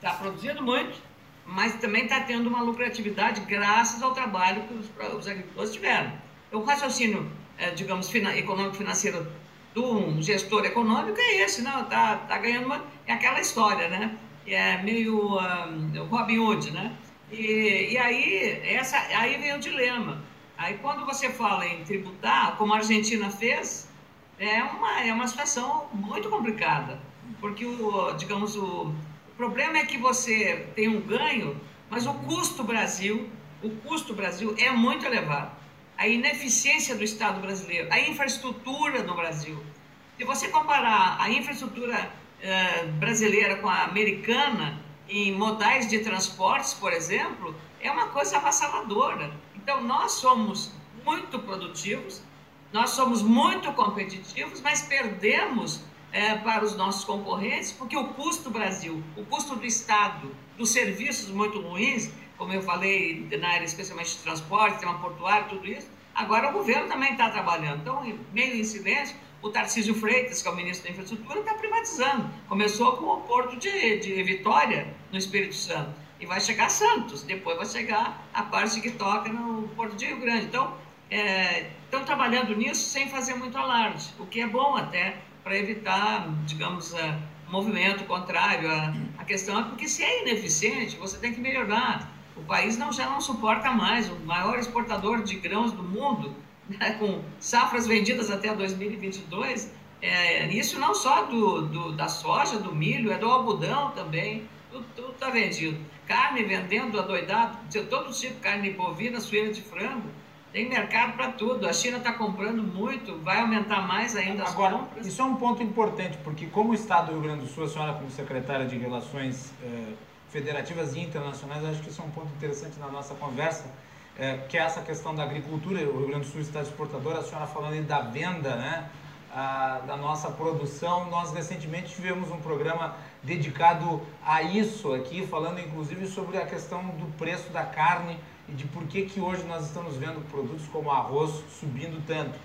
está produzindo muito, mas também está tendo uma lucratividade graças ao trabalho que os agricultores tiveram. O raciocínio, digamos, econômico-financeiro do gestor econômico é esse, não, tá ganhando é aquela história, né? É meio Robin Hood, né? E aí vem o dilema. Aí quando você fala em tributar, como a Argentina fez, é uma situação muito complicada, porque digamos, o problema é que você tem um ganho, mas o custo Brasil é muito elevado. A ineficiência do Estado brasileiro, a infraestrutura no Brasil. Se você comparar a infraestrutura brasileira com a americana, em modais de transportes, por exemplo, é uma coisa avassaladora. Então, nós somos muito produtivos, nós somos muito competitivos, mas perdemos para os nossos concorrentes, porque o custo Brasil, o custo do Estado, dos serviços muito ruins, como eu falei, na área especialmente de transporte, sistema portuário, tudo isso, agora o governo também está trabalhando. Então, meio em silêncio, o Tarcísio Freitas, que é o ministro da Infraestrutura, está privatizando. Começou com o porto de Vitória, no Espírito Santo, e vai chegar a Santos, depois vai chegar a parte que toca no porto de Rio Grande. Então, estão trabalhando nisso sem fazer muito alarde, o que é bom até para evitar, digamos, movimento contrário. A questão é porque se é ineficiente, você tem que melhorar. O país já não suporta mais, o maior exportador de grãos do mundo, né, com safras vendidas até 2022, isso não só da soja, do milho, é do algodão também, tudo está vendido. Carne vendendo adoidado, todo tipo, carne bovina, suína de frango, tem mercado para tudo. A China está comprando muito, vai aumentar mais ainda as compras. Isso é um ponto importante, porque como o Estado do Rio Grande do Sul, a senhora como secretária de Relações Federativas e Internacionais, acho que isso é um ponto interessante na nossa conversa, que é essa questão da agricultura. O Rio Grande do Sul está exportador, a senhora falando aí da venda, né, da nossa produção. Nós recentemente tivemos um programa dedicado a isso aqui, falando inclusive sobre a questão do preço da carne e de por que hoje nós estamos vendo produtos como arroz subindo tanto.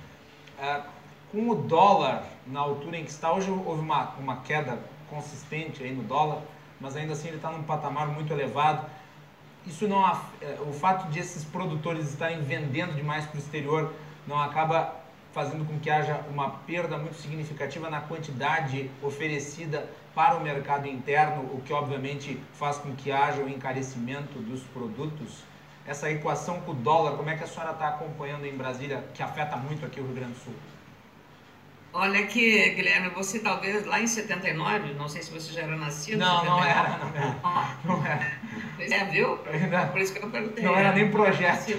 Com o dólar na altura em que está, hoje houve uma queda consistente aí no dólar, mas ainda assim ele está num patamar muito elevado. Isso não, o fato de esses produtores estarem vendendo demais para o exterior não acaba fazendo com que haja uma perda muito significativa na quantidade oferecida para o mercado interno, o que obviamente faz com que haja o encarecimento dos produtos. Essa equação com o dólar, como é que a senhora está acompanhando em Brasília, que afeta muito aqui o Rio Grande do Sul? Olha aqui, Guilherme, você talvez lá em 79, não sei se você já era nascido. Não era. Viu? Por isso que eu perguntei. Não era nem projeto.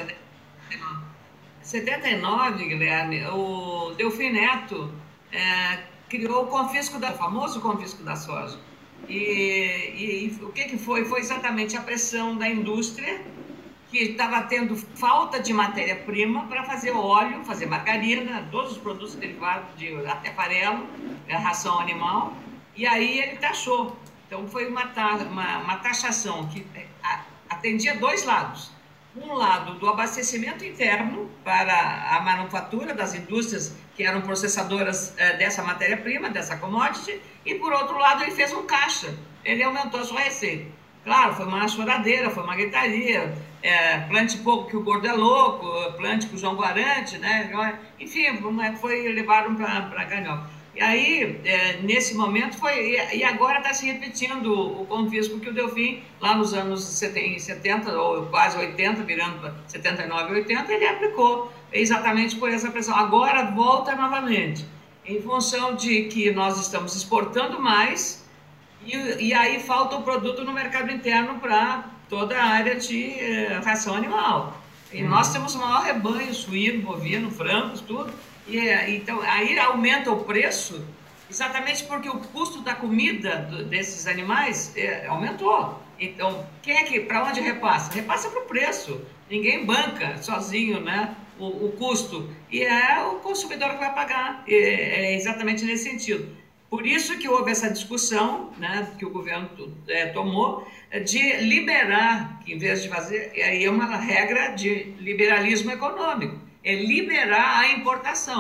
79, Guilherme, o Delfim Neto criou o famoso confisco da soja. E o que foi? Foi exatamente a pressão da indústria, que estava tendo falta de matéria-prima para fazer óleo, fazer margarina, todos os produtos derivados até farelo, ração animal, e aí ele taxou. Então foi uma taxação que atendia dois lados. Um lado do abastecimento interno para a manufatura das indústrias que eram processadoras dessa matéria-prima, dessa commodity, e por outro lado ele fez um caixa, ele aumentou a sua receita. Claro, foi uma choradeira, foi uma gritaria, plante pouco que o gordo é louco, plante com o João Guarante, né? Enfim, levaram para Canhão. E aí, nesse momento, e agora está se repetindo o confisco que o Delfim, lá nos anos 70, ou quase 80, virando para 79 e 80, ele aplicou exatamente por essa pressão. Agora volta novamente, em função de que nós estamos exportando mais, e aí falta o produto no mercado interno para toda a área de ração animal. E nós temos o maior rebanho, suíno, bovino, frangos, tudo. Então, aí aumenta o preço, exatamente porque o custo da comida desses animais aumentou. Então, para onde repassa? Repassa para o preço. Ninguém banca sozinho, né, o custo. E é o consumidor que vai pagar. É exatamente nesse sentido. Por isso que houve essa discussão, né, que o governo tomou, de liberar, que em vez de fazer, aí é uma regra de liberalismo econômico, é liberar a importação.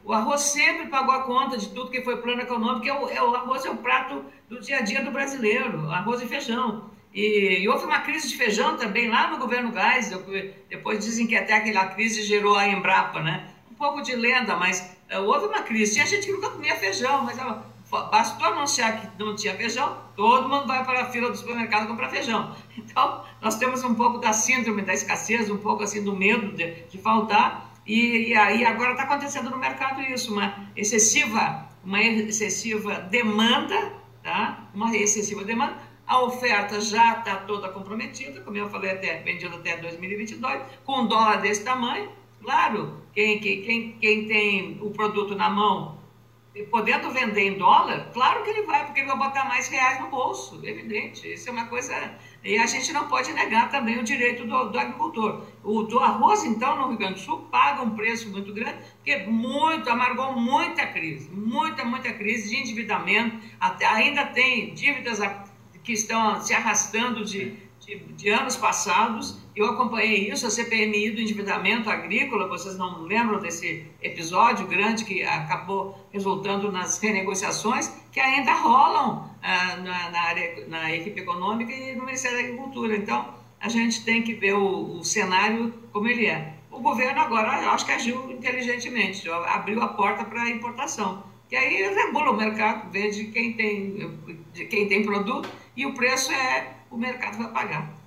O arroz sempre pagou a conta de tudo que foi plano econômico, o arroz é o prato do dia a dia do brasileiro, arroz e feijão. E houve uma crise de feijão também lá no governo Geisel, depois dizem que até aquela crise gerou a Embrapa, né? Um pouco de lenda, mas houve uma crise. Tinha gente que nunca comia feijão, mas bastou anunciar que não tinha feijão, todo mundo vai para a fila do supermercado comprar feijão. Então, nós temos um pouco da síndrome da escassez, um pouco assim do medo de faltar, e aí agora está acontecendo no mercado isso, uma excessiva demanda, tá? Uma excessiva demanda. A oferta já está toda comprometida, como eu falei, vendida até 2022, com um dólar desse tamanho. Claro, quem tem o produto na mão, podendo vender em dólar, claro que ele vai, porque ele vai botar mais reais no bolso, evidente. Isso é uma coisa... E a gente não pode negar também o direito do agricultor. Do arroz, então, no Rio Grande do Sul, paga um preço muito grande, porque amargou muita crise crise de endividamento, ainda tem dívidas que estão se arrastando de anos passados. Eu acompanhei isso, a CPMI do endividamento agrícola, vocês não lembram desse episódio grande que acabou resultando nas renegociações, que ainda rolam na equipe econômica e no Ministério da Agricultura. Então, a gente tem que ver o cenário como ele é. O governo agora, eu acho que agiu inteligentemente, abriu a porta para a importação, que aí regula o mercado, vende quem tem produto, e o preço o mercado vai pagar.